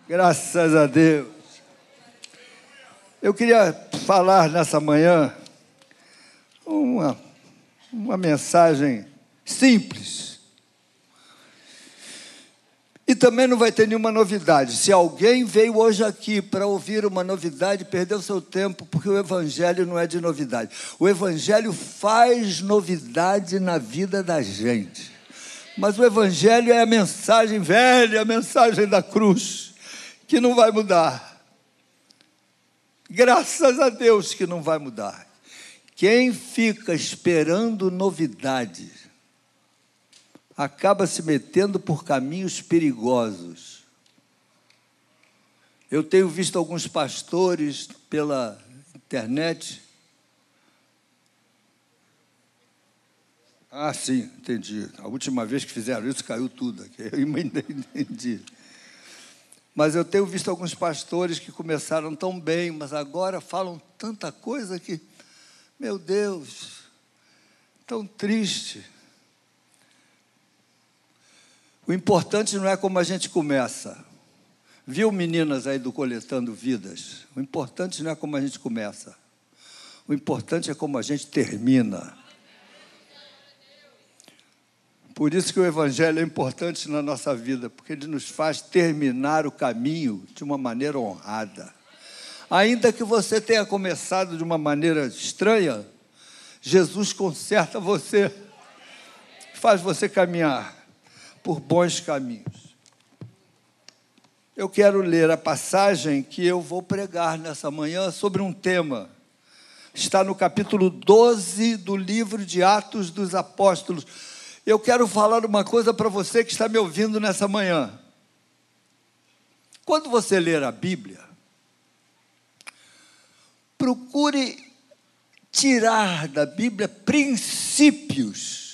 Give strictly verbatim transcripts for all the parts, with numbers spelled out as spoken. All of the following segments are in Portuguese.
Graças a Deus. Eu queria falar nessa manhã uma, uma mensagem simples. E também não vai ter nenhuma novidade. Se alguém veio hoje aqui para ouvir uma novidade, perdeu seu tempo, porque o Evangelho não é de novidade. O Evangelho faz novidade na vida da gente. Mas o Evangelho é a mensagem velha, a mensagem da cruz, que não vai mudar. Graças a Deus que não vai mudar. Quem fica esperando novidades acaba se metendo por caminhos perigosos. Eu tenho visto alguns pastores pela internet. Ah, sim, entendi. A última vez que fizeram isso, caiu tudo aqui. Eu entendi. Mas eu tenho visto alguns pastores que começaram tão bem, mas agora falam tanta coisa que, meu Deus, tão triste. O importante não é como a gente começa. Viu, meninas aí do Coletando Vidas? O importante não é como a gente começa. O importante é como a gente termina. Por isso que o Evangelho é importante na nossa vida, porque ele nos faz terminar o caminho de uma maneira honrada. Ainda que você tenha começado de uma maneira estranha, Jesus conserta você, faz você caminhar por bons caminhos. Eu quero ler a passagem que eu vou pregar nessa manhã sobre um tema. Está no capítulo doze do livro de Atos dos Apóstolos. Eu quero falar uma coisa para você que está me ouvindo nessa manhã. Quando você ler a Bíblia, procure tirar da Bíblia princípios.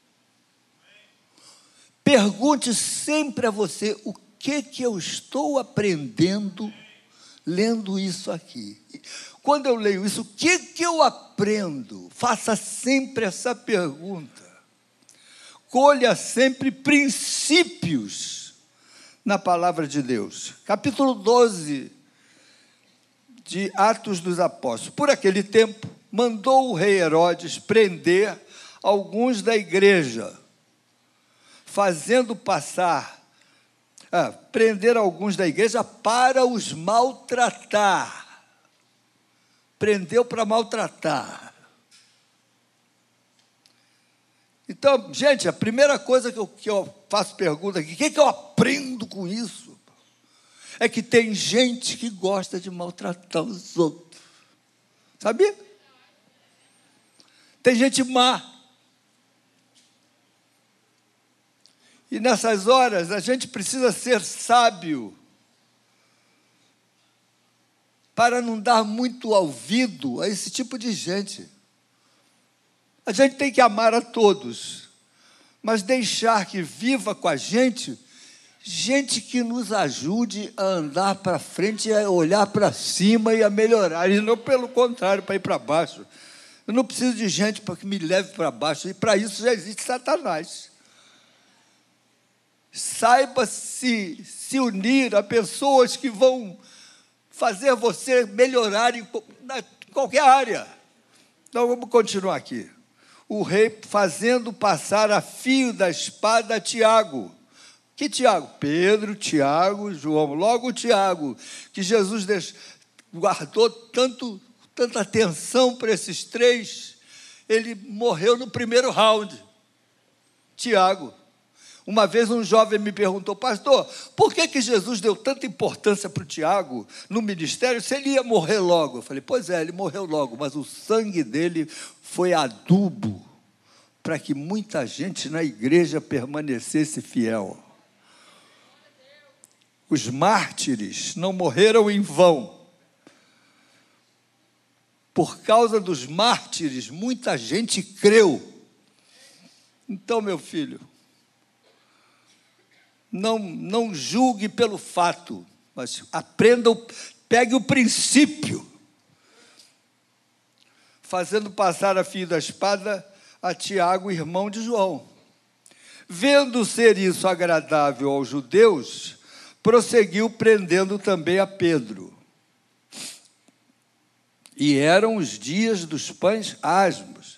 Pergunte sempre a você, o que que eu estou aprendendo lendo isso aqui? Quando eu leio isso, o que que eu aprendo? Faça sempre essa pergunta. Colha sempre princípios na palavra de Deus. Capítulo doze de Atos dos Apóstolos. Por aquele tempo, mandou o rei Herodes prender alguns da igreja, fazendo passar, ah, prender alguns da igreja para os maltratar. Prendeu para maltratar. Então, gente, a primeira coisa que eu, que eu faço pergunta aqui, o que, que eu aprendo com isso? É que tem gente que gosta de maltratar os outros. Sabia? Tem gente má. E nessas horas, a gente precisa ser sábio para não dar muito ouvido a esse tipo de gente. A gente tem que amar a todos, mas deixar que viva com a gente, gente que nos ajude a andar para frente, a olhar para cima e a melhorar, e não pelo contrário, para ir para baixo. Eu não preciso de gente para que me leve para baixo, e para isso já existe Satanás. Saiba se, se unir a pessoas que vão fazer você melhorar em, na, em qualquer área. Então, vamos continuar aqui. O rei fazendo passar a fio da espada a Tiago. Que Tiago? Pedro, Tiago, João. Logo o Tiago, que Jesus deixou, guardou tanto, tanta atenção para esses três, ele morreu no primeiro round. Tiago. Uma vez um jovem me perguntou, pastor, por que que Jesus deu tanta importância para o Tiago no ministério se ele ia morrer logo? Eu falei, pois é, ele morreu logo, mas o sangue dele foi adubo para que muita gente na igreja permanecesse fiel. Os mártires não morreram em vão. Por causa dos mártires, muita gente creu. Então, meu filho, Não, não julgue pelo fato, mas aprenda, pegue o princípio. Fazendo passar a fio da espada a Tiago, irmão de João. Vendo ser isso agradável aos judeus, prosseguiu prendendo também a Pedro. E eram os dias dos pães asmos.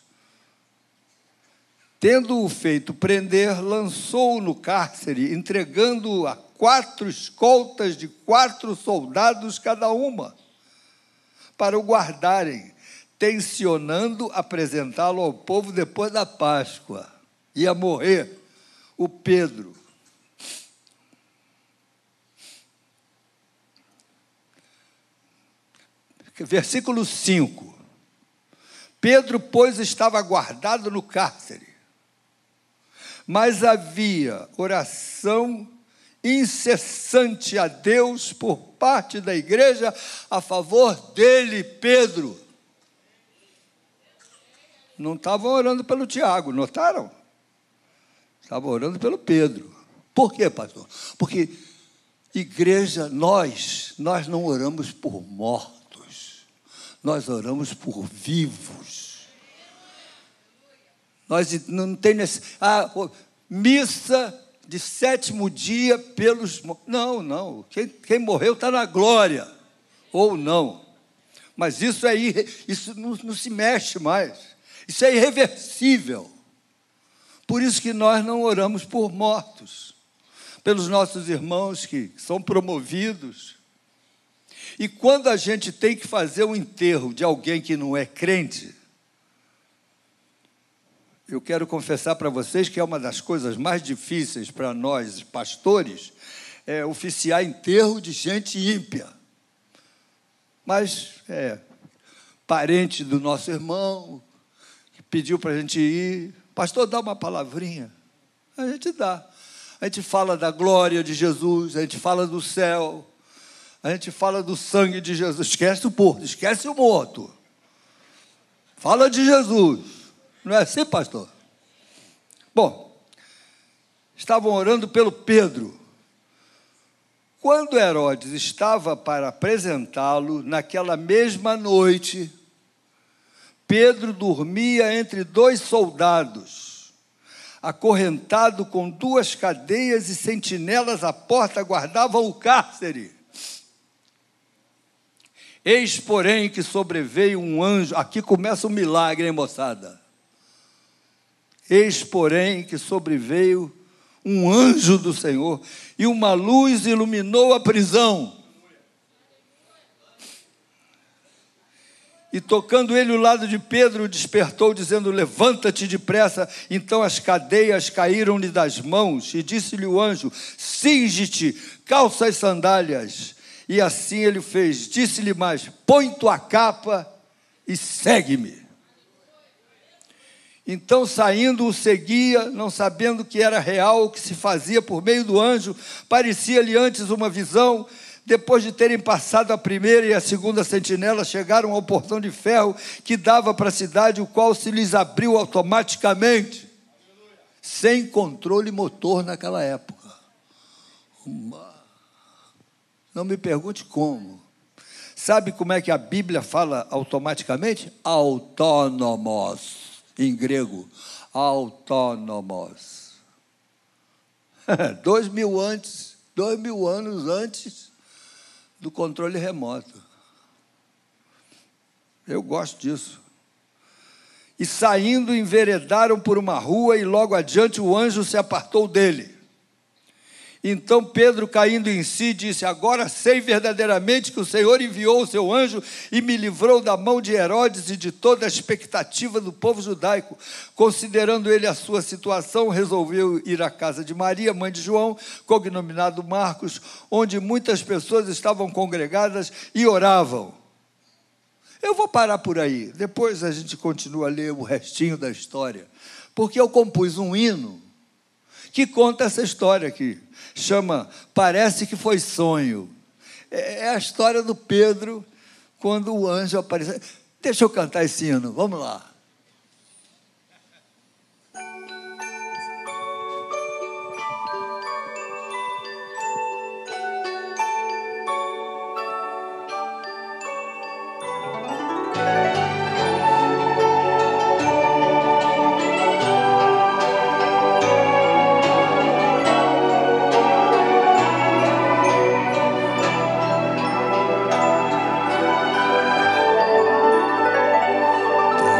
Tendo-o feito prender, lançou-o no cárcere, entregando-o a quatro escoltas de quatro soldados cada uma, para o guardarem, tencionando apresentá-lo ao povo depois da Páscoa. Ia morrer o Pedro. Versículo cinco. Pedro, pois, estava guardado no cárcere, mas havia oração incessante a Deus por parte da igreja a favor dele, Pedro. Não estavam orando pelo Tiago, notaram? Estavam orando pelo Pedro. Por quê, pastor? Porque igreja, nós, nós não oramos por mortos, nós oramos por vivos. Nós não tem nesse, ah, missa de sétimo dia pelos... Não, não. Quem, quem morreu está na glória. Ou não. Mas isso aí, isso não, não se mexe mais. Isso é irreversível. Por isso que nós não oramos por mortos. Pelos nossos irmãos que são promovidos. E quando a gente tem que fazer um enterro de alguém que não é crente, eu quero confessar para vocês que é uma das coisas mais difíceis para nós, pastores, é oficiar enterro de gente ímpia. Mas é parente do nosso irmão, que pediu para a gente ir. Pastor, dá uma palavrinha. A gente dá. A gente fala da glória de Jesus, a gente fala do céu, a gente fala do sangue de Jesus. Esquece o morto, esquece o morto. Fala de Jesus. Não é assim, pastor? Bom, estavam orando pelo Pedro. Quando Herodes estava para apresentá-lo, naquela mesma noite, Pedro dormia entre dois soldados, acorrentado com duas cadeias e sentinelas à porta guardavam o cárcere. Eis, porém, que sobreveio um anjo. Aqui começa o milagre, hein, moçada? Eis, porém, que sobreveio um anjo do Senhor, e uma luz iluminou a prisão. E tocando ele o lado de Pedro, despertou, dizendo, levanta-te depressa. Então as cadeias caíram-lhe das mãos, e disse-lhe o anjo, cinge-te, calça as sandálias. E assim ele fez. Disse-lhe mais, põe tua capa e segue-me. Então, saindo, o seguia, não sabendo que era real o que se fazia por meio do anjo. Parecia-lhe antes uma visão. Depois de terem passado a primeira e a segunda sentinela, chegaram ao portão de ferro que dava para a cidade, o qual se lhes abriu automaticamente, sem controle motor naquela época. Uma... Não me pergunte como. Sabe como é que a Bíblia fala automaticamente? Autônomos. Em grego, autônomos. Dois mil antes, dois mil anos antes do controle remoto. Eu gosto disso. E saindo, enveredaram por uma rua, e logo adiante o anjo se apartou dele. Então Pedro, caindo em si, disse, agora sei verdadeiramente que o Senhor enviou o seu anjo e me livrou da mão de Herodes e de toda a expectativa do povo judaico. Considerando ele a sua situação, resolveu ir à casa de Maria, mãe de João, cognominado Marcos, onde muitas pessoas estavam congregadas e oravam. Eu vou parar por aí, depois a gente continua a ler o restinho da história, porque eu compus um hino que conta essa história aqui. Chama Parece que Foi Sonho. É a história do Pedro quando o anjo apareceu. Deixa eu cantar esse hino, vamos lá.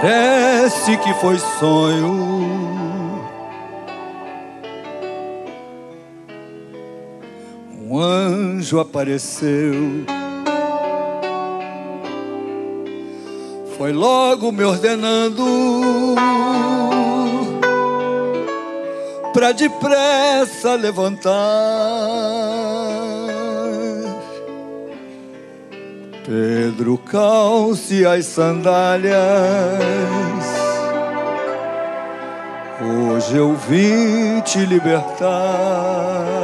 Parece que foi sonho. Um anjo apareceu, foi logo me ordenando pra depressa levantar. Pedro, calce as sandálias, hoje eu vim te libertar.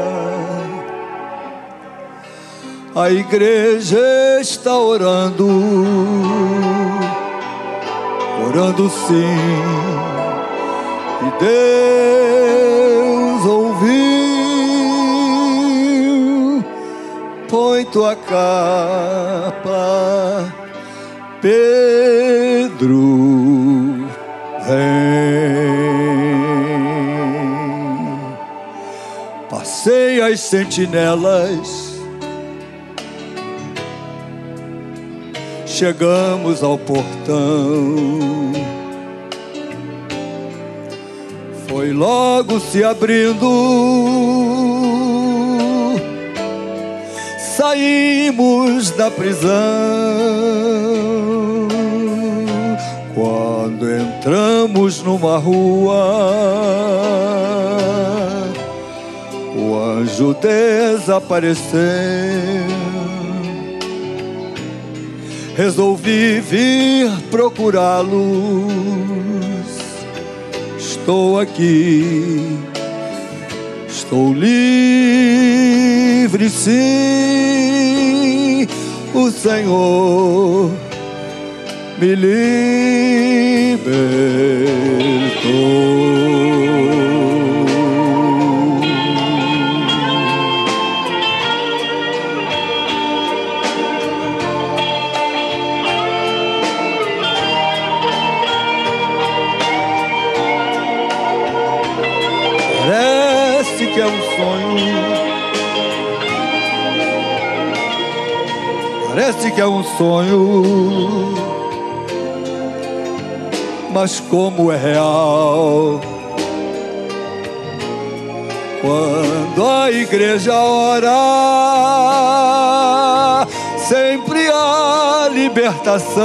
A igreja está orando, orando sim, e Deus ouviu. Põe tua capa, Pedro, vem. Passei as sentinelas, chegamos ao portão, foi logo se abrindo, saímos da prisão. Quando entramos numa rua, o anjo desapareceu. Resolvi vir procurá-los. Estou aqui, estou livre, sim. O Senhor me libertou. Que é um sonho, parece que é um sonho, mas como é real. Quando a igreja ora, sempre há libertação.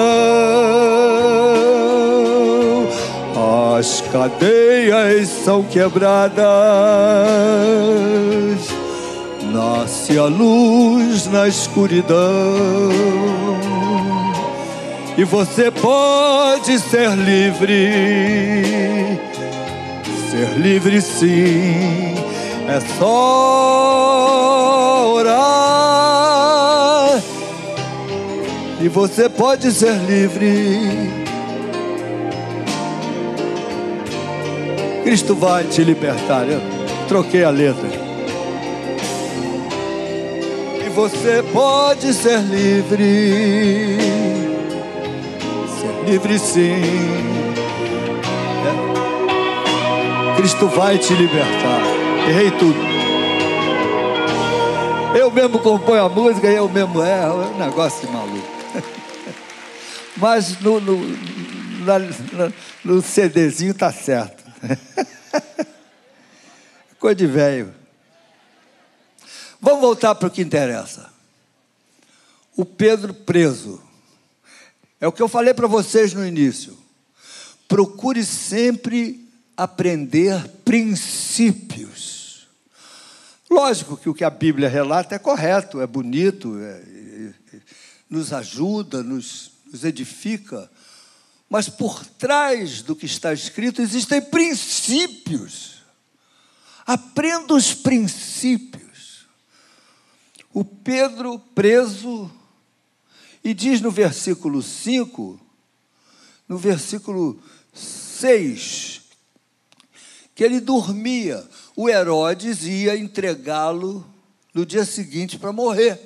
As cadeias são quebradas, nasce a luz na escuridão, e você pode ser livre, ser livre sim, é só orar, e você pode ser livre. Cristo vai te libertar. Eu troquei a letra. E você pode ser livre, ser livre sim. É. Cristo vai te libertar. Errei tudo. Eu mesmo componho a música e eu mesmo erro. É um negócio de maluco. Mas no, no, na, no CDzinho tá certo. Coisa de velho. Vamos voltar para o que interessa. O Pedro preso. É o que eu falei para vocês no início. Procure sempre aprender princípios. Lógico que o que a Bíblia relata é correto, é bonito, é, é, nos ajuda, nos, nos edifica. Mas por trás do que está escrito existem princípios. Aprenda os princípios. O Pedro preso, e diz no versículo cinco, no versículo seis, que ele dormia. O Herodes ia entregá-lo no dia seguinte para morrer.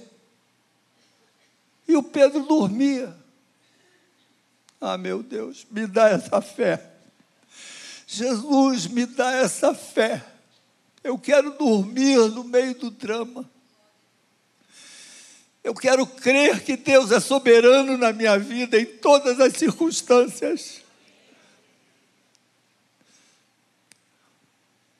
E o Pedro dormia. Ah, meu Deus, me dá essa fé. Jesus, me dá essa fé. Eu quero dormir no meio do drama. Eu quero crer que Deus é soberano na minha vida, em todas as circunstâncias.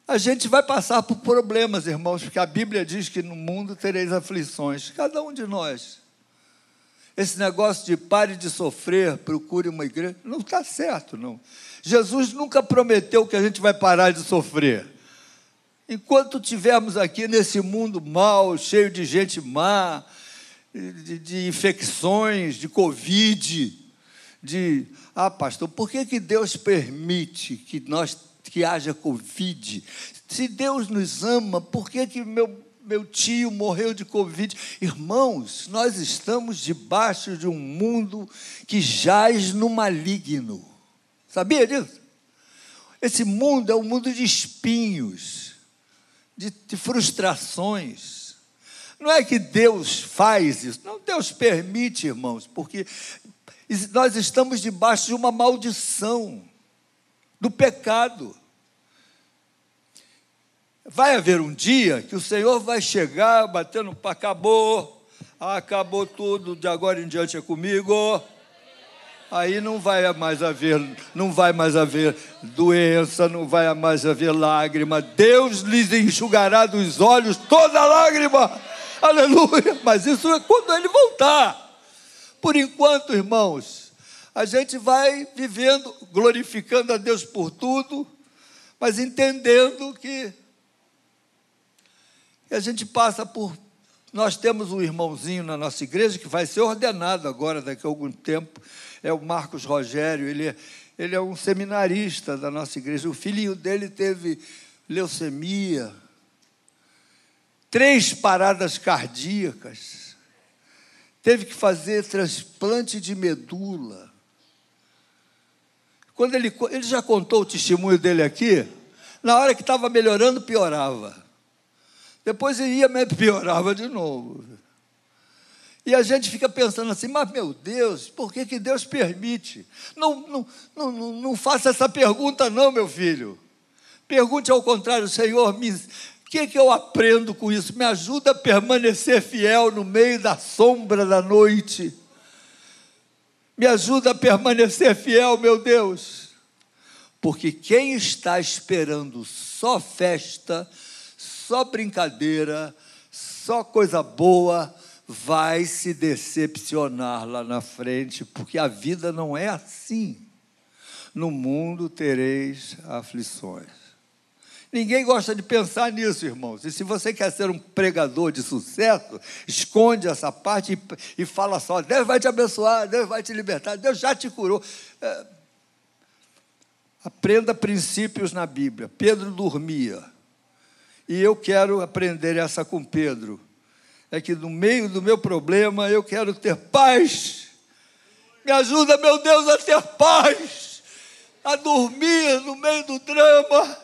A gente vai passar por problemas, irmãos, porque a Bíblia diz que no mundo tereis aflições, cada um de nós. Esse negócio de pare de sofrer, procure uma igreja, não está certo, não. Jesus nunca prometeu que a gente vai parar de sofrer. Enquanto estivermos aqui nesse mundo mau, cheio de gente má, de, de infecções, de Covid, de... Ah, pastor, por que, que Deus permite que nós... que haja Covid? Se Deus nos ama, por que, que meu, meu tio morreu de Covid? Irmãos, nós estamos debaixo de um mundo que jaz no maligno. Sabia disso? Esse mundo é um mundo de espinhos, de, de frustrações. Não é que Deus faz isso, não, Deus permite, irmãos, porque nós estamos debaixo de uma maldição do pecado. Vai haver um dia que o Senhor vai chegar batendo, acabou, acabou tudo, de agora em diante é comigo. Aí não vai mais haver, não vai mais haver doença, não vai mais haver lágrima. Deus lhes enxugará dos olhos toda lágrima. Aleluia! Mas isso é quando Ele voltar. Por enquanto, irmãos, a gente vai vivendo, glorificando a Deus por tudo, mas entendendo que a gente passa por... Nós temos um irmãozinho na nossa igreja que vai ser ordenado agora, daqui a algum tempo, é o Marcos Rogério, ele é, ele é um seminarista da nossa igreja. O filhinho dele teve leucemia, três paradas cardíacas, teve que fazer transplante de medula. Quando ele, ele já contou o testemunho dele aqui, na hora que estava melhorando, piorava. Depois ele ia, mas piorava de novo. E a gente fica pensando assim, mas meu Deus, por que, que Deus permite? Não, não, não, não, não faça essa pergunta não, meu filho. Pergunte ao contrário, Senhor, me, o que, que eu aprendo com isso? Me ajuda a permanecer fiel no meio da sombra da noite. Me ajuda a permanecer fiel, meu Deus. Porque quem está esperando só festa, só brincadeira, só coisa boa, vai se decepcionar lá na frente, porque a vida não é assim. No mundo tereis aflições. Ninguém gosta de pensar nisso, irmãos. E se você quer ser um pregador de sucesso, esconde essa parte e, e fala só, Deus vai te abençoar, Deus vai te libertar, Deus já te curou. É, aprenda princípios na Bíblia. Pedro dormia. E eu quero aprender essa com Pedro. É que no meio do meu problema eu quero ter paz. Me ajuda, meu Deus, a ter paz. A dormir no meio do drama.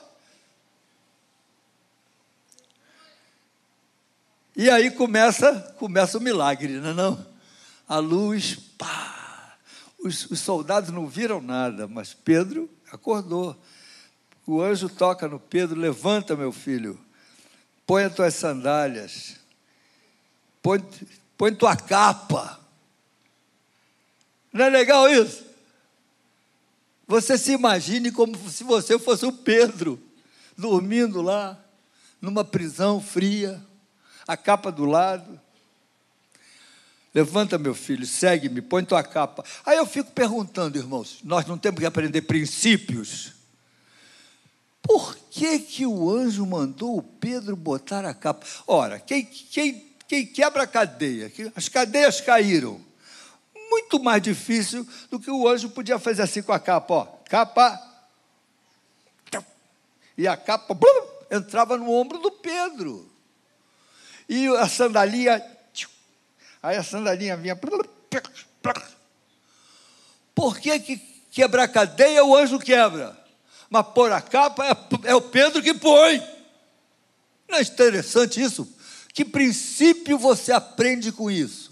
E aí começa, começa o milagre, não é não? A luz, pá. Os, os soldados não viram nada, mas Pedro acordou. O anjo toca no Pedro, levanta, meu filho. Põe as tuas sandálias, põe, põe tua capa. Não é legal isso? Você se imagine como se você fosse o Pedro, dormindo lá, numa prisão fria, a capa do lado. Levanta, meu filho, segue-me, põe tua capa. Aí eu fico perguntando, irmãos, nós não temos que aprender princípios? Por que, que o anjo mandou o Pedro botar a capa? Ora, quem, quem, quem quebra a cadeia, as cadeias caíram. Muito mais difícil do que o anjo podia fazer assim com a capa, ó, capa. E a capa blum, entrava no ombro do Pedro. E a sandalinha, aí a sandalinha vinha. Por que, que quebrar a cadeia o anjo quebra? Mas pôr a capa é, é o Pedro que põe. Não é interessante isso? Que princípio você aprende com isso?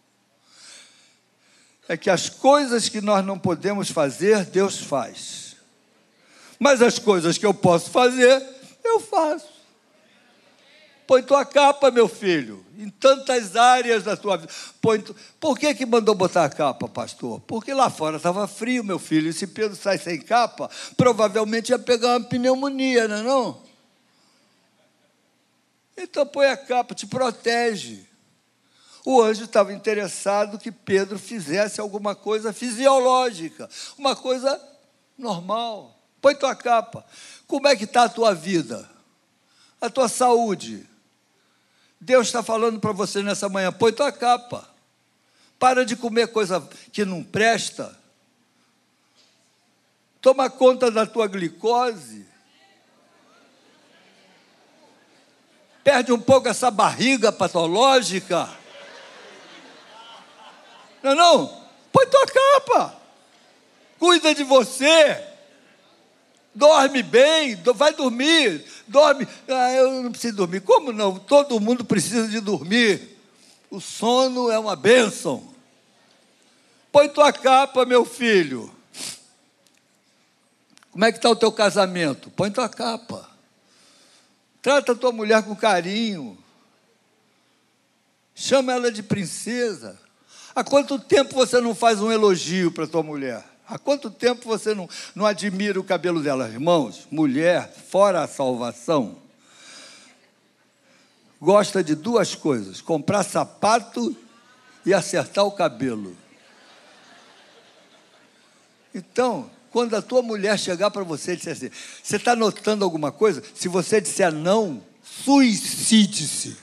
É que as coisas que nós não podemos fazer, Deus faz. Mas as coisas que eu posso fazer, eu faço. Põe tua capa, meu filho, em tantas áreas da tua vida. Põe tu... Por que que mandou botar a capa, pastor? Porque lá fora estava frio, meu filho, e se Pedro sai sem capa, provavelmente ia pegar uma pneumonia, não é não? Então põe a capa, te protege. O anjo estava interessado que Pedro fizesse alguma coisa fisiológica, uma coisa normal. Põe tua capa. Como é que está a tua vida? A tua saúde? Deus está falando para você nessa manhã, põe tua capa. Para de comer coisa que não presta. Toma conta da tua glicose. Perde um pouco essa barriga patológica. Não, não, põe tua capa, cuida de você, dorme bem, vai dormir, dorme, ah, eu não preciso dormir, como não? Todo mundo precisa de dormir, o sono é uma bênção. Põe tua capa, meu filho. Como é que está o teu casamento? Põe tua capa, trata a tua mulher com carinho, chama ela de princesa. Há quanto tempo você não faz um elogio para a tua mulher? Há quanto tempo você não, não admira o cabelo dela? Irmãos, mulher, fora a salvação, gosta de duas coisas: comprar sapato e acertar o cabelo. Então, quando a tua mulher chegar para você e disser assim, você está notando alguma coisa? Se você disser não, suicide-se.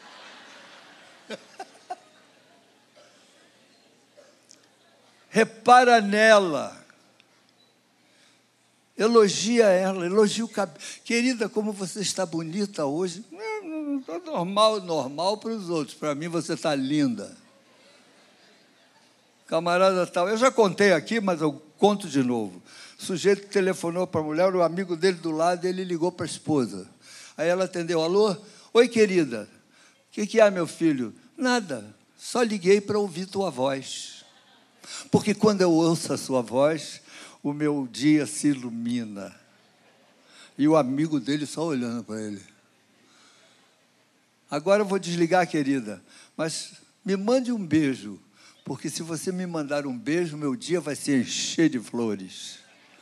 Repara nela, elogia ela, elogia o cabelo. Querida, como você está bonita hoje. Não está normal, normal para os outros. Para mim, você está linda. Camarada tal, eu já contei aqui, mas eu conto de novo. O sujeito telefonou para a mulher, o amigo dele do lado, ele ligou para a esposa. Aí ela atendeu, alô? Oi, querida. O que, que é, meu filho? Nada, só liguei para ouvir tua voz. Porque quando eu ouço a sua voz, o meu dia se ilumina. E o amigo dele só olhando para ele. Agora eu vou desligar, querida, mas me mande um beijo, porque se você me mandar um beijo, meu dia vai se encher de flores.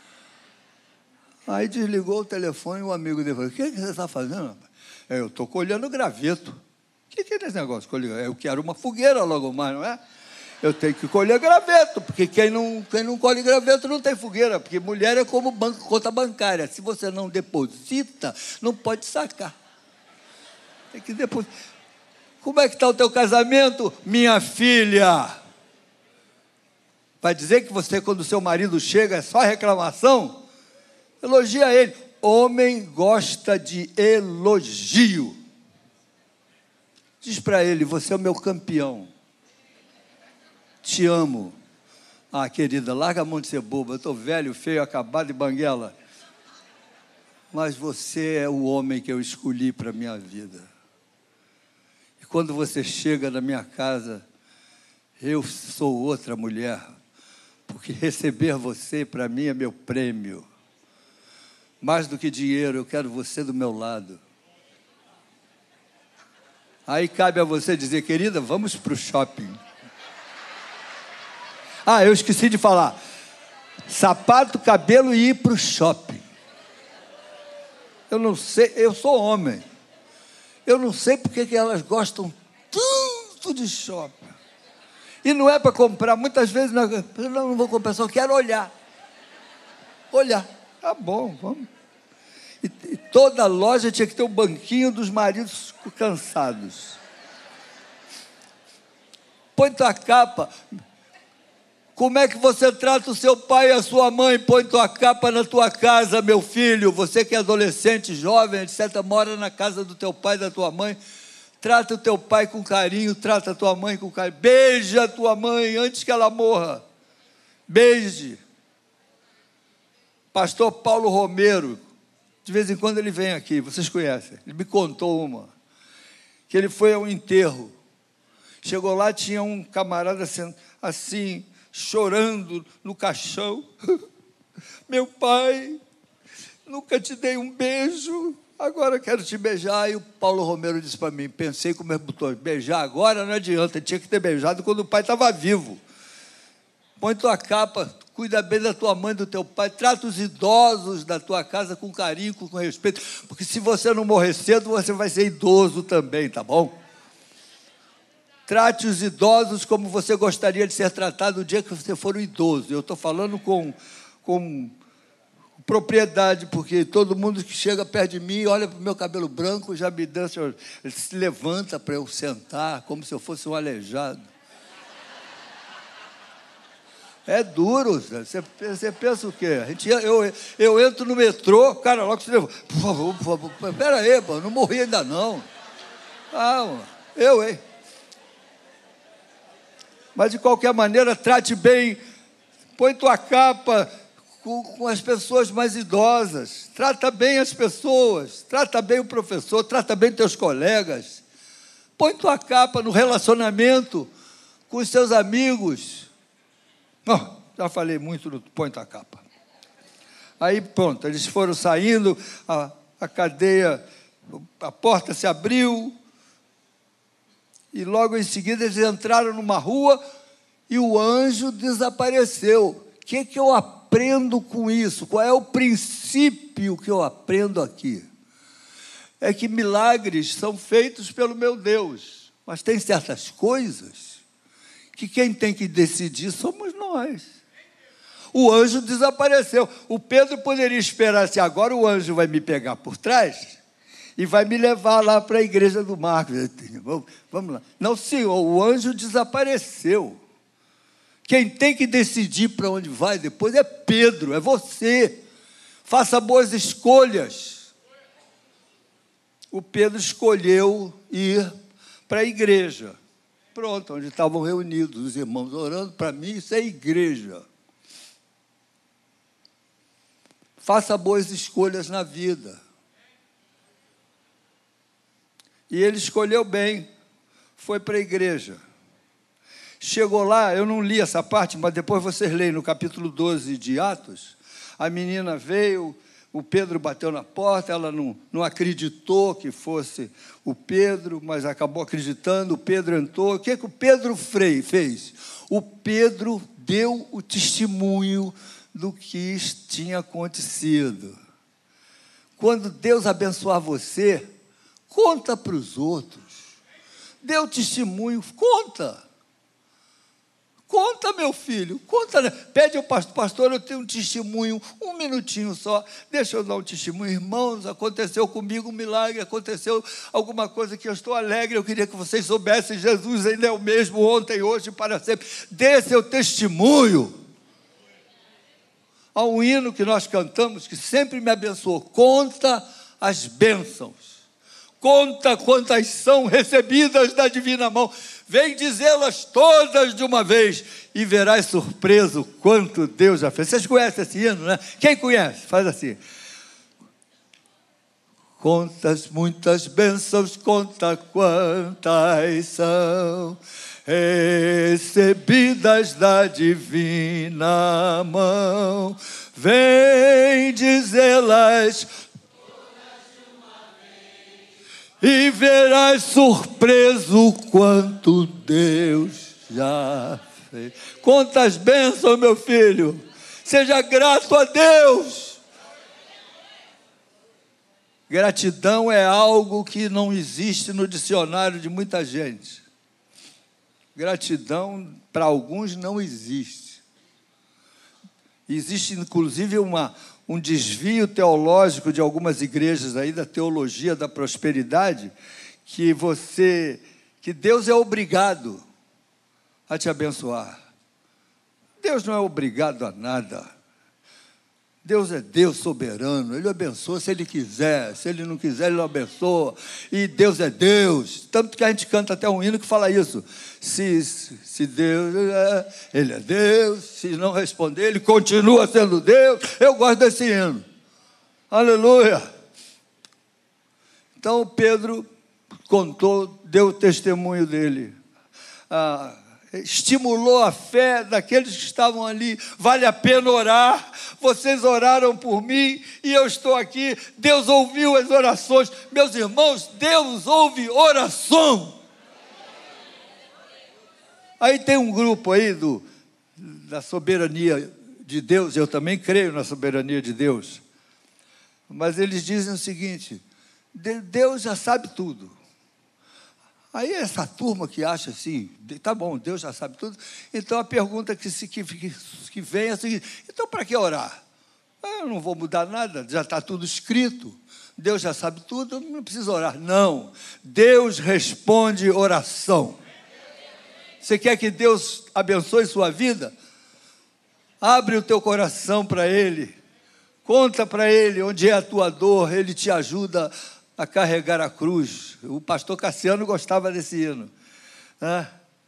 Aí desligou o telefone e o amigo dele falou, o que, é que você está fazendo? É, eu estou colhendo graveto. O que, que é esse negócio? Eu quero uma fogueira logo mais, não é? Eu tenho que colher graveto, porque quem não, quem não colhe graveto não tem fogueira, porque mulher é como banco, conta bancária. Se você não deposita, não pode sacar. Tem que depositar. Como é que está o teu casamento, minha filha? Vai dizer que você, quando o seu marido chega, é só reclamação? Elogia ele. Homem gosta de elogio. Diz para ele, você é o meu campeão. Te amo. Ah, querida, larga a mão de ser boba. Eu estou velho, feio, acabado de banguela. Mas você é o homem que eu escolhi para a minha vida. E quando você chega na minha casa, eu sou outra mulher. Porque receber você, para mim, é meu prêmio. Mais do que dinheiro, eu quero você do meu lado. Aí cabe a você dizer, querida, vamos para o shopping. Ah, eu esqueci de falar. Sapato, cabelo e ir para o shopping. Eu não sei, eu sou homem. Eu não sei porque que elas gostam tanto de shopping. E não é para comprar, muitas vezes, não, não vou comprar, só quero olhar. Olhar. Tá bom, vamos. E, e toda loja tinha que ter o banquinho dos maridos cansados. Põe tua capa. Como é que você trata o seu pai e a sua mãe? Põe tua capa na tua casa, meu filho. Você que é adolescente, jovem, etcétera, mora na casa do teu pai e da tua mãe. Trata o teu pai com carinho, trata a tua mãe com carinho. Beija a tua mãe antes que ela morra. Beije. Pastor Paulo Romero, de vez em quando ele vem aqui, vocês conhecem. Ele me contou uma, que ele foi ao enterro. Chegou lá, tinha um camarada assim, chorando no caixão. Meu pai, nunca te dei um beijo, agora quero te beijar. E o Paulo Romero disse para mim, pensei como é que botou, beijar agora não adianta, tinha que ter beijado quando o pai estava vivo. Põe tua capa, cuida bem da tua mãe, do teu pai, trata os idosos da tua casa com carinho, com respeito, porque se você não morrer cedo, você vai ser idoso também, tá bom? Trate os idosos como você gostaria de ser tratado o dia que você for um idoso. Eu estou falando com, com propriedade, porque todo mundo que chega perto de mim, olha para o meu cabelo branco, já me dança, ele se levanta para eu sentar, como se eu fosse um aleijado. É duro, você, você pensa o quê? A gente, eu, eu entro no metrô, cara, logo se levanta, por favor, por favor, espera aí, pô, não morri ainda não. Ah, eu, hein? Mas, de qualquer maneira, trate bem, põe tua capa com, com as pessoas mais idosas, trata bem as pessoas, trata bem o professor, trata bem teus colegas, põe tua capa no relacionamento com os seus amigos. Oh, já falei muito do põe tua capa. Aí, pronto, eles foram saindo, a, a cadeia, a porta se abriu, e logo em seguida eles entraram numa rua e o anjo desapareceu. O que, que eu aprendo com isso? Qual é o princípio que eu aprendo aqui? É que milagres são feitos pelo meu Deus, mas tem certas coisas que quem tem que decidir somos nós. O anjo desapareceu. O Pedro poderia esperar assim, agora o anjo vai me pegar por trás e vai me levar lá para a igreja do Marcos. Vamos, vamos lá. Não, senhor, o anjo desapareceu. Quem tem que decidir para onde vai depois é Pedro, é você. Faça boas escolhas. O Pedro escolheu ir para a igreja. Pronto, onde estavam reunidos os irmãos orando, para mim isso é igreja. Faça boas escolhas na vida. E ele escolheu bem, foi para a igreja. Chegou lá, eu não li essa parte, mas depois vocês leem no capítulo doze de Atos, a menina veio, o Pedro bateu na porta, ela não, não acreditou que fosse o Pedro, mas acabou acreditando, o Pedro entrou. O que, que o Pedro Frei fez? O Pedro deu o testemunho do que tinha acontecido. Quando Deus abençoar você, conta para os outros. Dê o testemunho, conta. Conta, meu filho, conta. Né? Pede ao pastor, pastor, eu tenho um testemunho, um minutinho só, deixa eu dar um testemunho. Irmãos, aconteceu comigo um milagre, aconteceu alguma coisa que eu estou alegre, eu queria que vocês soubessem, Jesus ainda é o mesmo ontem, hoje e para sempre. Dê seu testemunho. Há um hino que nós cantamos, que sempre me abençoou, conta as bênçãos. Conta quantas são recebidas da divina mão. Vem dizê-las todas de uma vez e verás surpreso quanto Deus já fez. Vocês conhecem esse hino, né? Quem conhece? Faz assim. Contas muitas bênçãos, conta quantas são recebidas da divina mão. Vem dizê-las e verás surpreso quanto Deus já fez. Quantas bênçãos, meu filho. Seja grato a Deus. Gratidão é algo que não existe no dicionário de muita gente. Gratidão, para alguns, não existe. Existe, inclusive, uma... um desvio teológico de algumas igrejas aí, da teologia da prosperidade, que você, que Deus é obrigado a te abençoar. Deus não é obrigado a nada. Deus é Deus soberano, Ele abençoa se Ele quiser, se Ele não quiser, Ele não abençoa, e Deus é Deus, tanto que a gente canta até um hino que fala isso, se, se Deus é, Ele é Deus, se não responder, Ele continua sendo Deus. Eu gosto desse hino, aleluia. Então Pedro contou, deu o testemunho dele, ah, estimulou a fé daqueles que estavam ali. Vale a pena orar, vocês oraram por mim e eu estou aqui. Deus ouviu as orações, meus irmãos. Deus ouve oração. Aí tem um grupo aí do, da soberania de Deus, eu também creio na soberania de Deus, mas eles dizem o seguinte: Deus já sabe tudo. Aí essa turma que acha assim, tá bom, Deus já sabe tudo, então a pergunta que, se, que, que vem é a seguinte: então para que orar? Eu não vou mudar nada, já está tudo escrito, Deus já sabe tudo, não precisa orar. Não, Deus responde oração. Você quer que Deus abençoe sua vida? Abre o teu coração para Ele, conta para Ele onde é a tua dor, Ele te ajuda a carregar a cruz. O pastor Cassiano gostava desse hino. Né?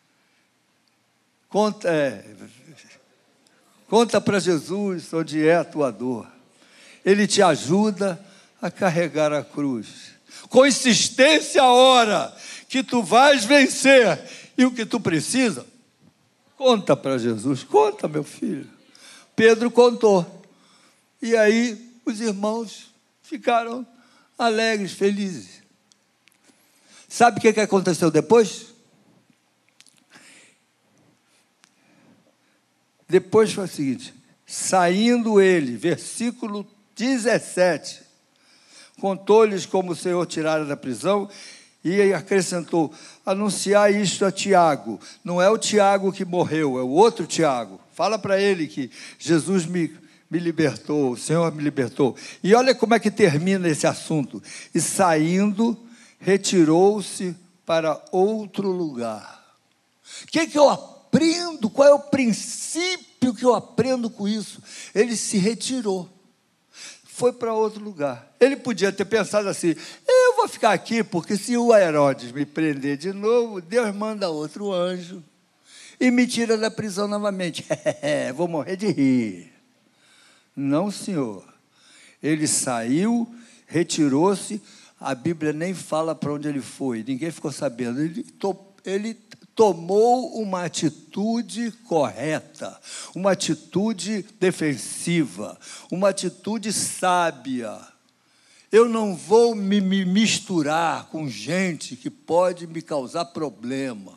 Conta, é, conta para Jesus onde é a tua dor. Ele te ajuda a carregar a cruz. Com insistência, ora que tu vais vencer. E o que tu precisa, conta para Jesus. Conta, meu filho. Pedro contou. E aí os irmãos ficaram alegres, felizes. Sabe o que aconteceu depois? Depois foi o seguinte: saindo ele, versículo dezessete, contou-lhes como o Senhor tirara da prisão e acrescentou: anunciar isto a Tiago. Não é o Tiago que morreu, é o outro Tiago. Fala para ele que Jesus me, me libertou, o Senhor me libertou. E olha como é que termina esse assunto. E saindo, retirou-se para outro lugar. O que, que eu aprendo? Qual é o princípio que eu aprendo com isso? Ele se retirou. Foi para outro lugar. Ele podia ter pensado assim: eu vou ficar aqui, porque se o Herodes me prender de novo, Deus manda outro anjo e me tira da prisão novamente. Vou morrer de rir. Não, senhor. Ele saiu, retirou-se, a Bíblia nem fala para onde ele foi, ninguém ficou sabendo. Ele, to, ele tomou uma atitude correta, uma atitude defensiva, uma atitude sábia. Eu não vou me, me misturar com gente que pode me causar problema.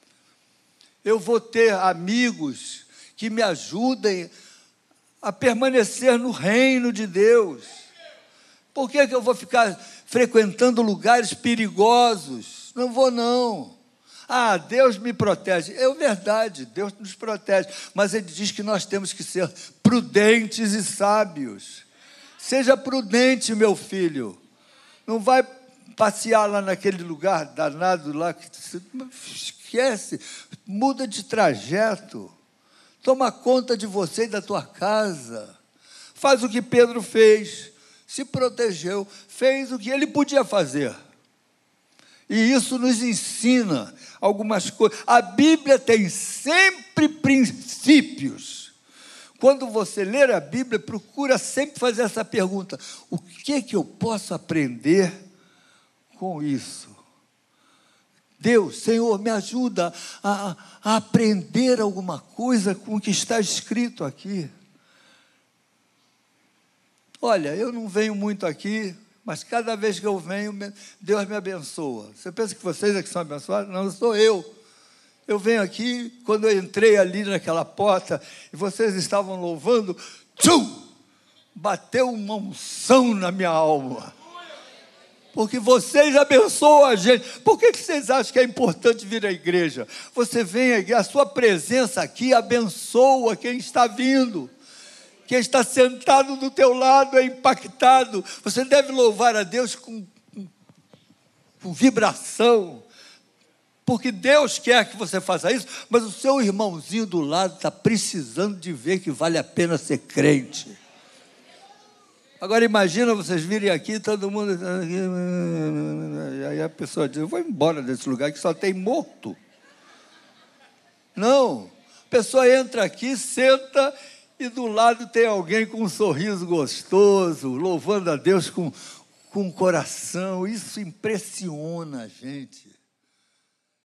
Eu vou ter amigos que me ajudem a permanecer no reino de Deus. Por que que eu vou ficar frequentando lugares perigosos? Não vou, não. Ah, Deus me protege. É verdade, Deus nos protege. Mas Ele diz que nós temos que ser prudentes e sábios. Seja prudente, meu filho. Não vai passear lá naquele lugar danado lá. Esquece. Muda de trajeto. Toma conta de você e da tua casa. Faz o que Pedro fez. Se protegeu. Fez o que ele podia fazer. E isso nos ensina algumas coisas. A Bíblia tem sempre princípios. Quando você ler a Bíblia, procura sempre fazer essa pergunta: o que que eu posso aprender com isso? Deus, Senhor, me ajuda a, a aprender alguma coisa com o que está escrito aqui. Olha, eu não venho muito aqui, mas cada vez que eu venho, Deus me abençoa. Você pensa que vocês é que são abençoados? Não, sou eu. Eu venho aqui, quando eu entrei ali naquela porta, e vocês estavam louvando, tchum, bateu uma unção na minha alma. Porque vocês abençoam a gente. Por que que vocês acham que é importante vir à igreja? Você vem aqui, a sua presença aqui abençoa quem está vindo. Quem está sentado do teu lado é impactado. Você deve louvar a Deus com, com, com vibração, porque Deus quer que você faça isso, mas o seu irmãozinho do lado está precisando de ver que vale a pena ser crente. Agora imagina vocês virem aqui, todo mundo... Aí a pessoa diz: eu vou embora desse lugar que só tem morto. Não, a pessoa entra aqui, senta... e do lado tem alguém com um sorriso gostoso, louvando a Deus com, com o coração. Isso impressiona a gente.